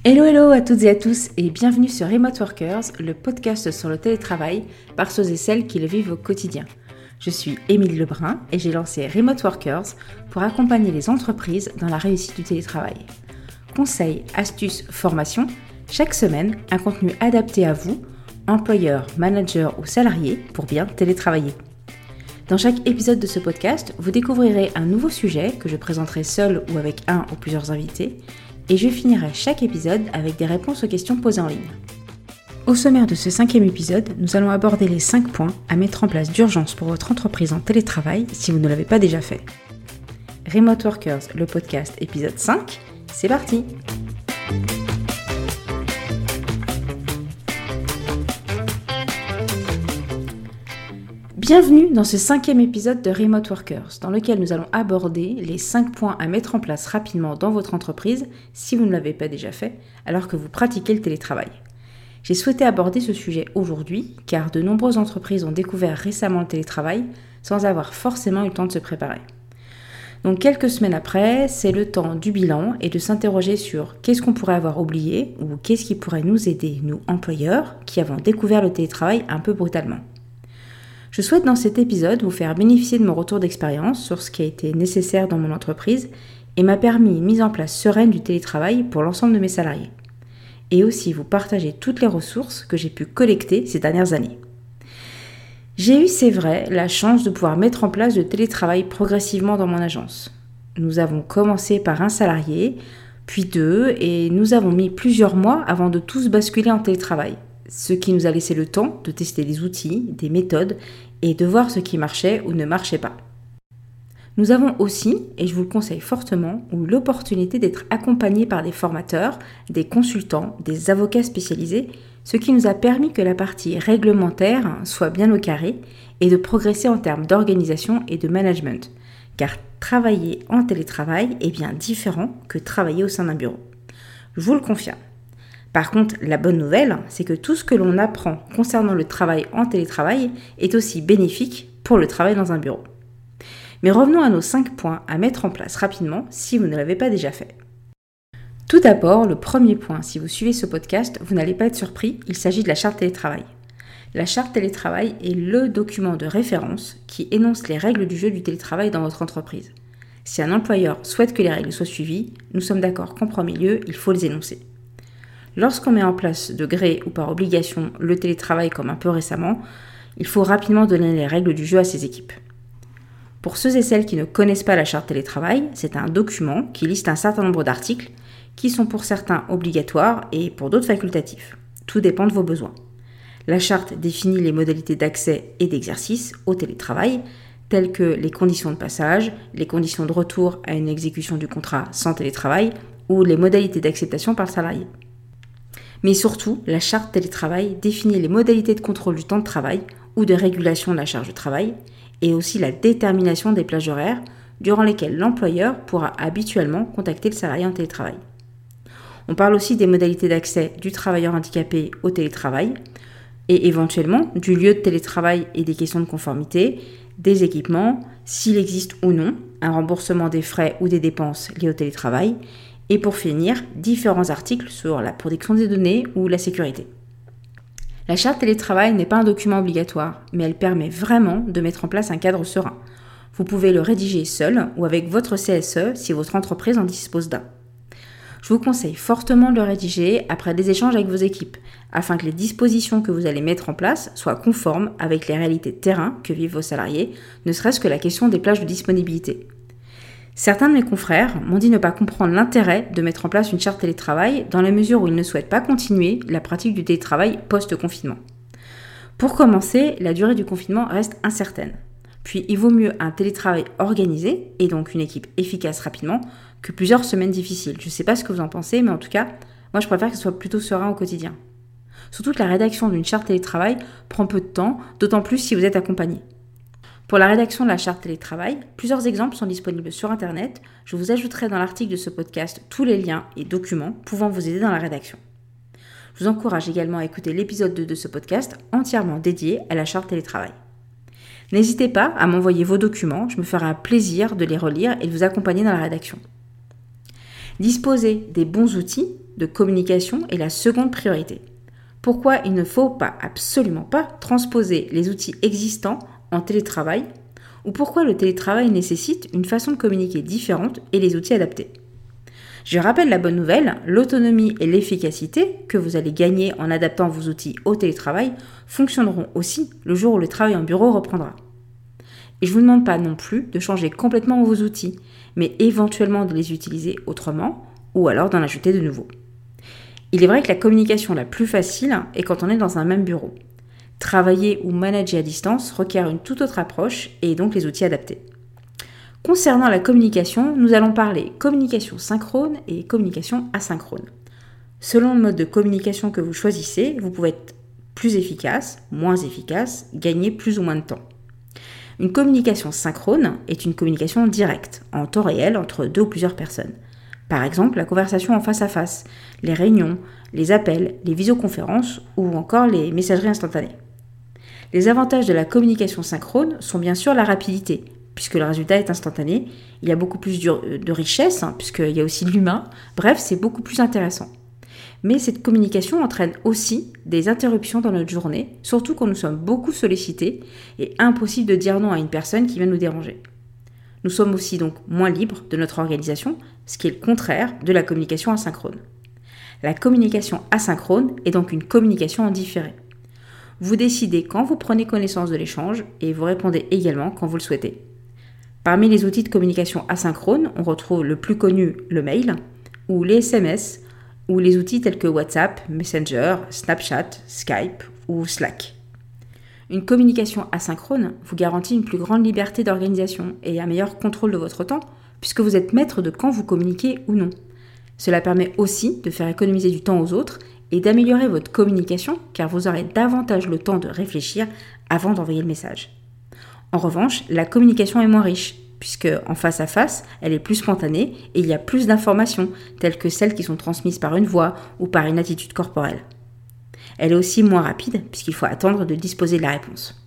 Hello à toutes et à tous et bienvenue sur Remote Workers, le podcast sur le télétravail par ceux et celles qui le vivent au quotidien. Je suis Émilie Lebrun et j'ai lancé Remote Workers pour accompagner les entreprises dans la réussite du télétravail. Conseils, astuces, formations, chaque semaine un contenu adapté à vous, employeurs, managers ou salariés pour bien télétravailler. Dans chaque épisode de ce podcast, vous découvrirez un nouveau sujet que je présenterai seul ou avec un ou plusieurs invités et je finirai chaque épisode avec des réponses aux questions posées en ligne. Au sommaire de ce 5e épisode, nous allons aborder les 5 points à mettre en place d'urgence pour votre entreprise en télétravail si vous ne l'avez pas déjà fait. Remote Workers, le podcast épisode 5, c'est parti! Bienvenue dans ce 5e épisode de Remote Workers, dans lequel nous allons aborder les 5 points à mettre en place rapidement dans votre entreprise si vous ne l'avez pas déjà fait, alors que vous pratiquez le télétravail. J'ai souhaité aborder ce sujet aujourd'hui, car de nombreuses entreprises ont découvert récemment le télétravail sans avoir forcément eu le temps de se préparer. Donc quelques semaines après, c'est le temps du bilan et de s'interroger sur qu'est-ce qu'on pourrait avoir oublié ou qu'est-ce qui pourrait nous aider, nous employeurs, qui avons découvert le télétravail un peu brutalement. Je souhaite dans cet épisode vous faire bénéficier de mon retour d'expérience sur ce qui a été nécessaire dans mon entreprise et m'a permis une mise en place sereine du télétravail pour l'ensemble de mes salariés. Et aussi vous partager toutes les ressources que j'ai pu collecter ces dernières années. J'ai eu, c'est vrai, la chance de pouvoir mettre en place le télétravail progressivement dans mon agence. Nous avons commencé par un salarié, puis 2, et nous avons mis plusieurs mois avant de tous basculer en télétravail. Ce qui nous a laissé le temps de tester des outils, des méthodes et de voir ce qui marchait ou ne marchait pas. Nous avons aussi, et je vous le conseille fortement, eu l'opportunité d'être accompagnés par des formateurs, des consultants, des avocats spécialisés, ce qui nous a permis que la partie réglementaire soit bien au carré et de progresser en termes d'organisation et de management, car travailler en télétravail est bien différent que travailler au sein d'un bureau. Je vous le confirme. Par contre, la bonne nouvelle, c'est que tout ce que l'on apprend concernant le travail en télétravail est aussi bénéfique pour le travail dans un bureau. Mais revenons à nos 5 points à mettre en place rapidement si vous ne l'avez pas déjà fait. Tout d'abord, le premier point, si vous suivez ce podcast, vous n'allez pas être surpris, il s'agit de la charte télétravail. La charte télétravail est le document de référence qui énonce les règles du jeu du télétravail dans votre entreprise. Si un employeur souhaite que les règles soient suivies, nous sommes d'accord qu'en premier lieu, il faut les énoncer. Lorsqu'on met en place de gré ou par obligation le télétravail comme un peu récemment, il faut rapidement donner les règles du jeu à ses équipes. Pour ceux et celles qui ne connaissent pas la charte télétravail, c'est un document qui liste un certain nombre d'articles qui sont pour certains obligatoires et pour d'autres facultatifs. Tout dépend de vos besoins. La charte définit les modalités d'accès et d'exercice au télétravail, telles que les conditions de passage, les conditions de retour à une exécution du contrat sans télétravail ou les modalités d'acceptation par le salarié. Mais surtout, la charte télétravail définit les modalités de contrôle du temps de travail ou de régulation de la charge de travail et aussi la détermination des plages horaires durant lesquelles l'employeur pourra habituellement contacter le salarié en télétravail. On parle aussi des modalités d'accès du travailleur handicapé au télétravail et éventuellement du lieu de télétravail et des questions de conformité, des équipements, s'il existe ou non un remboursement des frais ou des dépenses liées au télétravail, et pour finir, différents articles sur la protection des données ou la sécurité. La charte télétravail n'est pas un document obligatoire, mais elle permet vraiment de mettre en place un cadre serein. Vous pouvez le rédiger seul ou avec votre CSE si votre entreprise en dispose d'un. Je vous conseille fortement de le rédiger après des échanges avec vos équipes, afin que les dispositions que vous allez mettre en place soient conformes avec les réalités de terrain que vivent vos salariés, ne serait-ce que la question des plages de disponibilité. Certains de mes confrères m'ont dit ne pas comprendre l'intérêt de mettre en place une charte télétravail dans la mesure où ils ne souhaitent pas continuer la pratique du télétravail post-confinement. Pour commencer, la durée du confinement reste incertaine. Puis il vaut mieux un télétravail organisé et donc une équipe efficace rapidement que plusieurs semaines difficiles. Je ne sais pas ce que vous en pensez, mais en tout cas, moi je préfère que ce soit plutôt serein au quotidien. Surtout que la rédaction d'une charte télétravail prend peu de temps, d'autant plus si vous êtes accompagné. Pour la rédaction de la charte télétravail, plusieurs exemples sont disponibles sur Internet. Je vous ajouterai dans l'article de ce podcast tous les liens et documents pouvant vous aider dans la rédaction. Je vous encourage également à écouter l'épisode 2 de ce podcast entièrement dédié à la charte télétravail. N'hésitez pas à m'envoyer vos documents, je me ferai un plaisir de les relire et de vous accompagner dans la rédaction. Disposer des bons outils de communication est la seconde priorité. Pourquoi il ne faut absolument pas transposer les outils existants en télétravail ou pourquoi le télétravail nécessite une façon de communiquer différente et les outils adaptés. Je rappelle la bonne nouvelle, l'autonomie et l'efficacité que vous allez gagner en adaptant vos outils au télétravail fonctionneront aussi le jour où le travail en bureau reprendra. Et je ne vous demande pas non plus de changer complètement vos outils, mais éventuellement de les utiliser autrement ou alors d'en ajouter de nouveaux. Il est vrai que la communication la plus facile est quand on est dans un même bureau. Travailler ou manager à distance requiert une toute autre approche et donc les outils adaptés. Concernant la communication, nous allons parler communication synchrone et communication asynchrone. Selon le mode de communication que vous choisissez, vous pouvez être plus efficace, moins efficace, gagner plus ou moins de temps. Une communication synchrone est une communication directe, en temps réel entre deux ou plusieurs personnes. Par exemple, la conversation en face à face, les réunions, les appels, les visioconférences ou encore les messageries instantanées. Les avantages de la communication synchrone sont bien sûr la rapidité, puisque le résultat est instantané. Il y a beaucoup plus de richesse, puisqu'il y a aussi de l'humain. Bref, c'est beaucoup plus intéressant. Mais cette communication entraîne aussi des interruptions dans notre journée, surtout quand nous sommes beaucoup sollicités et impossible de dire non à une personne qui vient nous déranger. Nous sommes aussi donc moins libres de notre organisation, ce qui est le contraire de la communication asynchrone. La communication asynchrone est donc une communication en différé. Vous décidez quand vous prenez connaissance de l'échange et vous répondez également quand vous le souhaitez. Parmi les outils de communication asynchrone, on retrouve le plus connu, le mail, ou les SMS, ou les outils tels que WhatsApp, Messenger, Snapchat, Skype ou Slack. Une communication asynchrone vous garantit une plus grande liberté d'organisation et un meilleur contrôle de votre temps, puisque vous êtes maître de quand vous communiquez ou non. Cela permet aussi de faire économiser du temps aux autres et d'améliorer votre communication, car vous aurez davantage le temps de réfléchir avant d'envoyer le message. En revanche, la communication est moins riche, puisque en face à face, elle est plus spontanée et il y a plus d'informations, telles que celles qui sont transmises par une voix ou par une attitude corporelle. Elle est aussi moins rapide, puisqu'il faut attendre de disposer de la réponse.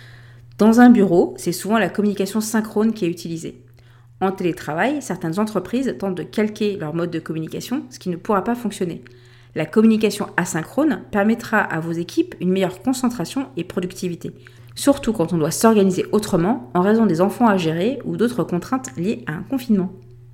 Dans un bureau, c'est souvent la communication synchrone qui est utilisée. En télétravail, certaines entreprises tentent de calquer leur mode de communication, ce qui ne pourra pas fonctionner. La communication asynchrone permettra à vos équipes une meilleure concentration et productivité, surtout quand on doit s'organiser autrement en raison des enfants à gérer ou d'autres contraintes liées à un confinement.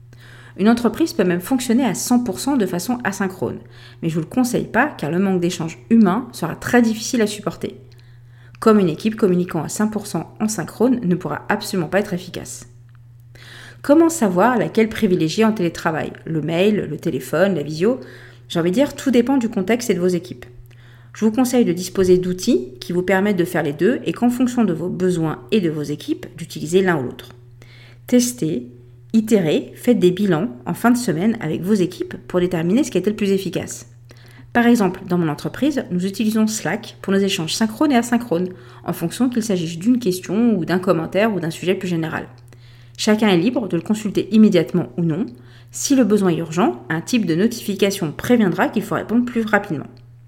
Une entreprise peut même fonctionner à 100% de façon asynchrone, mais je ne vous le conseille pas car le manque d'échanges humains sera très difficile à supporter. Comme une équipe communiquant à 100% en synchrone ne pourra absolument pas être efficace. Comment savoir laquelle privilégier en télétravail ? Le mail, le téléphone, la visio ? J'ai envie de dire, tout dépend du contexte et de vos équipes. Je vous conseille de disposer d'outils qui vous permettent de faire les deux et qu'en fonction de vos besoins et de vos équipes, d'utiliser l'un ou l'autre. Testez, itérez, faites des bilans en fin de semaine avec vos équipes pour déterminer ce qui était le plus efficace. Par exemple, dans mon entreprise, nous utilisons Slack pour nos échanges synchrones et asynchrones, en fonction qu'il s'agisse d'une question ou d'un commentaire ou d'un sujet plus général. Chacun est libre de le consulter immédiatement ou non. Si le besoin est urgent, un type de notification préviendra qu'il faut répondre plus rapidement.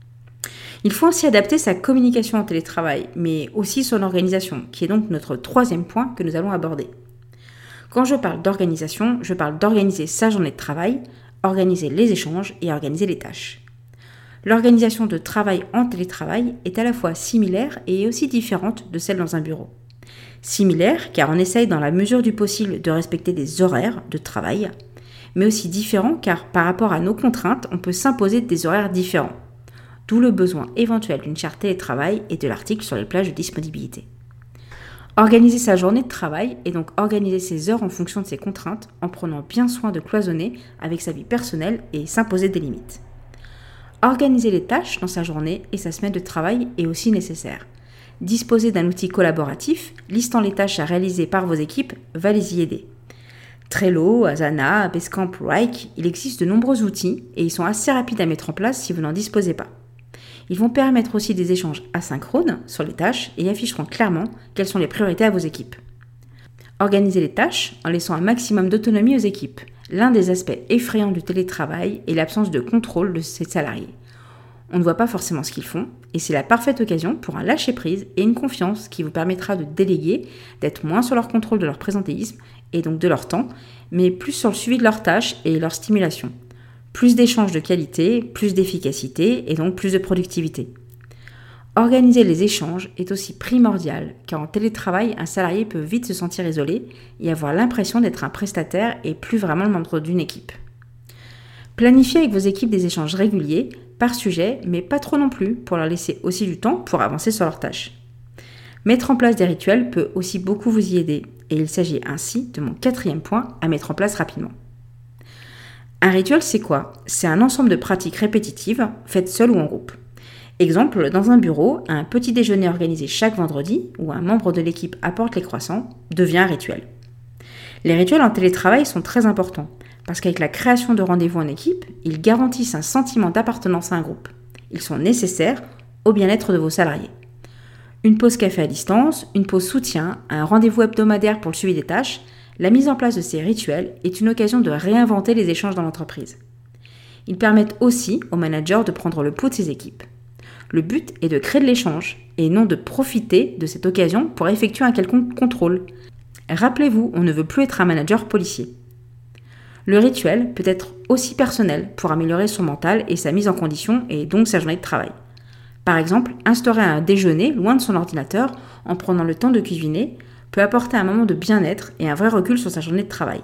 Il faut ainsi adapter sa communication en télétravail, mais aussi son organisation, qui est donc notre troisième point que nous allons aborder. Quand je parle d'organisation, je parle d'organiser sa journée de travail, organiser les échanges et organiser les tâches. L'organisation de travail en télétravail est à la fois similaire et aussi différente de celle dans un bureau. Similaire car on essaye dans la mesure du possible de respecter des horaires de travail, mais aussi différent car par rapport à nos contraintes, on peut s'imposer des horaires différents. D'où le besoin éventuel d'une charte télétravail et de l'article sur les plages de disponibilité. Organiser sa journée de travail et donc organiser ses heures en fonction de ses contraintes en prenant bien soin de cloisonner avec sa vie personnelle et s'imposer des limites. Organiser les tâches dans sa journée et sa semaine de travail est aussi nécessaire. Disposer d'un outil collaboratif listant les tâches à réaliser par vos équipes va les y aider. Trello, Asana, Basecamp, Wrike, il existe de nombreux outils et ils sont assez rapides à mettre en place si vous n'en disposez pas. Ils vont permettre aussi des échanges asynchrones sur les tâches et afficheront clairement quelles sont les priorités à vos équipes. Organisez les tâches en laissant un maximum d'autonomie aux équipes. L'un des aspects effrayants du télétravail est l'absence de contrôle de ses salariés. On ne voit pas forcément ce qu'ils font et c'est la parfaite occasion pour un lâcher-prise et une confiance qui vous permettra de déléguer, d'être moins sur leur contrôle de leur présentéisme et donc de leur temps, mais plus sur le suivi de leurs tâches et leur stimulation. Plus d'échanges de qualité, plus d'efficacité et donc plus de productivité. Organiser les échanges est aussi primordial car en télétravail, un salarié peut vite se sentir isolé et avoir l'impression d'être un prestataire et plus vraiment le membre d'une équipe. Planifiez avec vos équipes des échanges réguliers, par sujet, mais pas trop non plus, pour leur laisser aussi du temps pour avancer sur leurs tâches. Mettre en place des rituels peut aussi beaucoup vous y aider, et il s'agit ainsi de mon 4e point à mettre en place rapidement. Un rituel, c'est quoi ? C'est un ensemble de pratiques répétitives, faites seul ou en groupe. Exemple, dans un bureau, un petit déjeuner organisé chaque vendredi, où un membre de l'équipe apporte les croissants, devient un rituel. Les rituels en télétravail sont très importants, parce qu'avec la création de rendez-vous en équipe, ils garantissent un sentiment d'appartenance à un groupe. Ils sont nécessaires au bien-être de vos salariés. Une pause café à distance, une pause soutien, un rendez-vous hebdomadaire pour le suivi des tâches, la mise en place de ces rituels est une occasion de réinventer les échanges dans l'entreprise. Ils permettent aussi aux managers de prendre le pouls de ses équipes. Le but est de créer de l'échange et non de profiter de cette occasion pour effectuer un quelconque contrôle. Rappelez-vous, on ne veut plus être un manager policier. Le rituel peut être aussi personnel pour améliorer son mental et sa mise en condition et donc sa journée de travail. Par exemple, instaurer un déjeuner loin de son ordinateur en prenant le temps de cuisiner peut apporter un moment de bien-être et un vrai recul sur sa journée de travail.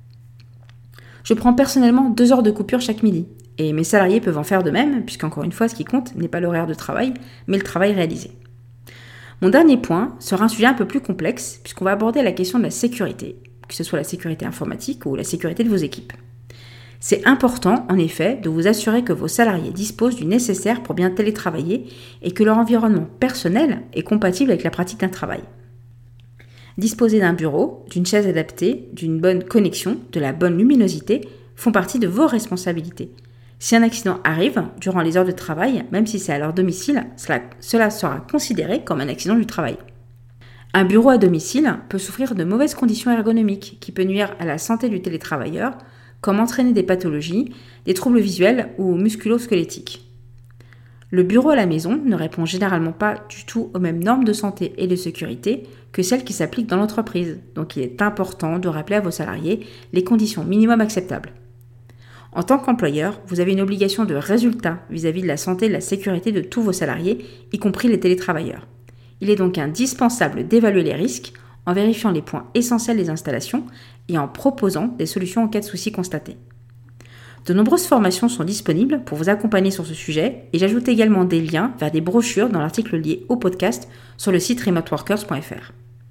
Je prends personnellement 2 heures de coupure chaque midi et mes salariés peuvent en faire de même puisqu'encore une fois, ce qui compte n'est pas l'horaire de travail mais le travail réalisé. Mon dernier point sera un sujet un peu plus complexe puisqu'on va aborder la question de la sécurité, que ce soit la sécurité informatique ou la sécurité de vos équipes. C'est important, en effet, de vous assurer que vos salariés disposent du nécessaire pour bien télétravailler et que leur environnement personnel est compatible avec la pratique d'un travail. Disposer d'un bureau, d'une chaise adaptée, d'une bonne connexion, de la bonne luminosité font partie de vos responsabilités. Si un accident arrive durant les heures de travail, même si c'est à leur domicile, cela sera considéré comme un accident du travail. Un bureau à domicile peut souffrir de mauvaises conditions ergonomiques qui peuvent nuire à la santé du télétravailleur, comme entraîner des pathologies, des troubles visuels ou musculo-squelettiques. Le bureau à la maison ne répond généralement pas du tout aux mêmes normes de santé et de sécurité que celles qui s'appliquent dans l'entreprise, donc il est important de rappeler à vos salariés les conditions minimum acceptables. En tant qu'employeur, vous avez une obligation de résultat vis-à-vis de la santé et de la sécurité de tous vos salariés, y compris les télétravailleurs. Il est donc indispensable d'évaluer les risques en vérifiant les points essentiels des installations et en proposant des solutions en cas de soucis constatés. De nombreuses formations sont disponibles pour vous accompagner sur ce sujet et j'ajoute également des liens vers des brochures dans l'article lié au podcast sur le site remoteworkers.fr.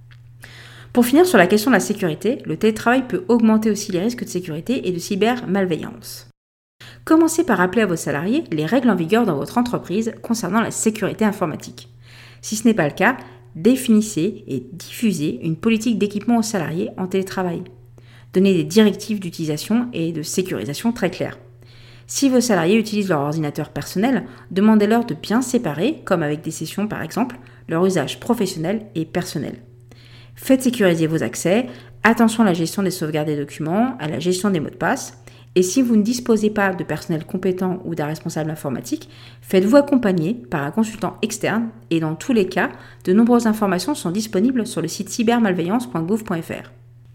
Pour finir sur la question de la sécurité, le télétravail peut augmenter aussi les risques de sécurité et de cybermalveillance. Commencez par rappeler à vos salariés les règles en vigueur dans votre entreprise concernant la sécurité informatique. Si ce n'est pas le cas, définissez et diffusez une politique d'équipement aux salariés en télétravail. Donnez des directives d'utilisation et de sécurisation très claires. Si vos salariés utilisent leur ordinateur personnel, demandez-leur de bien séparer, comme avec des sessions par exemple, leur usage professionnel et personnel. Faites sécuriser vos accès, attention à la gestion des sauvegardes des documents, à la gestion des mots de passe. Et si vous ne disposez pas de personnel compétent ou d'un responsable informatique, faites-vous accompagner par un consultant externe et dans tous les cas, de nombreuses informations sont disponibles sur le site cybermalveillance.gouv.fr.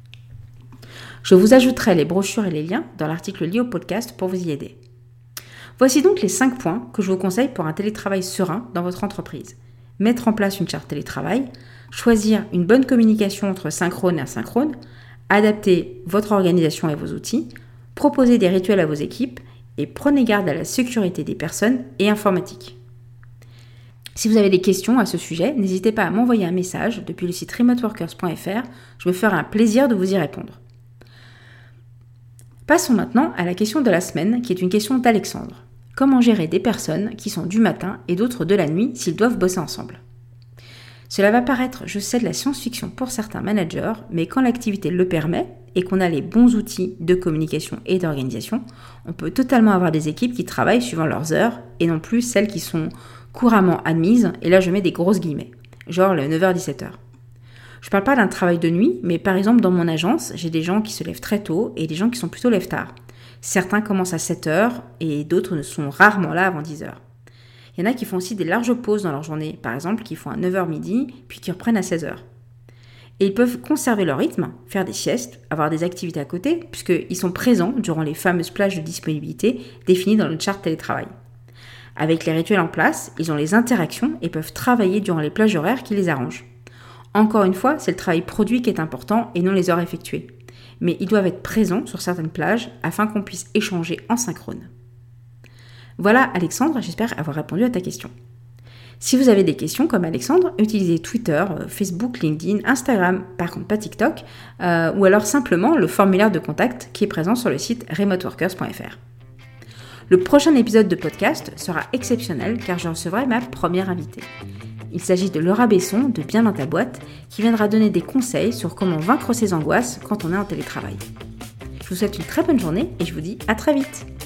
Je vous ajouterai les brochures et les liens dans l'article lié au podcast pour vous y aider. Voici donc les 5 points que je vous conseille pour un télétravail serein dans votre entreprise. Mettre en place une charte télétravail, choisir une bonne communication entre synchrone et asynchrone, adapter votre organisation et vos outils, proposer des rituels à vos équipes et prenez garde à la sécurité des personnes et informatique. Si vous avez des questions à ce sujet, n'hésitez pas à m'envoyer un message depuis le site remoteworkers.fr, je me ferai un plaisir de vous y répondre. Passons maintenant à la question de la semaine, qui est une question d'Alexandre. Comment gérer des personnes qui sont du matin et d'autres de la nuit s'ils doivent bosser ensemble ? Cela va paraître, je sais, de la science-fiction pour certains managers, mais quand l'activité le permet et qu'on a les bons outils de communication et d'organisation, on peut totalement avoir des équipes qui travaillent suivant leurs heures et non plus celles qui sont couramment admises, et là je mets des grosses guillemets, genre le 9h-17h. Je ne parle pas d'un travail de nuit, mais par exemple dans mon agence, j'ai des gens qui se lèvent très tôt et des gens qui sont plutôt lève tard. Certains commencent à 7h et d'autres ne sont rarement là avant 10h. Il y en a qui font aussi des larges pauses dans leur journée, par exemple qui font à 9h midi, puis qui reprennent à 16h. Et ils peuvent conserver leur rythme, faire des siestes, avoir des activités à côté, puisqu'ils sont présents durant les fameuses plages de disponibilité définies dans notre charte télétravail. Avec les rituels en place, ils ont les interactions et peuvent travailler durant les plages horaires qui les arrangent. Encore une fois, c'est le travail produit qui est important et non les heures effectuées. Mais ils doivent être présents sur certaines plages afin qu'on puisse échanger en synchrone. Voilà Alexandre, j'espère avoir répondu à ta question. Si vous avez des questions comme Alexandre, utilisez Twitter, Facebook, LinkedIn, Instagram, par contre pas TikTok, ou alors simplement le formulaire de contact qui est présent sur le site remoteworkers.fr. Le prochain épisode de podcast sera exceptionnel car je recevrai ma première invitée. Il s'agit de Laura Besson de Bien dans ta boîte qui viendra donner des conseils sur comment vaincre ses angoisses quand on est en télétravail. Je vous souhaite une très bonne journée et je vous dis à très vite.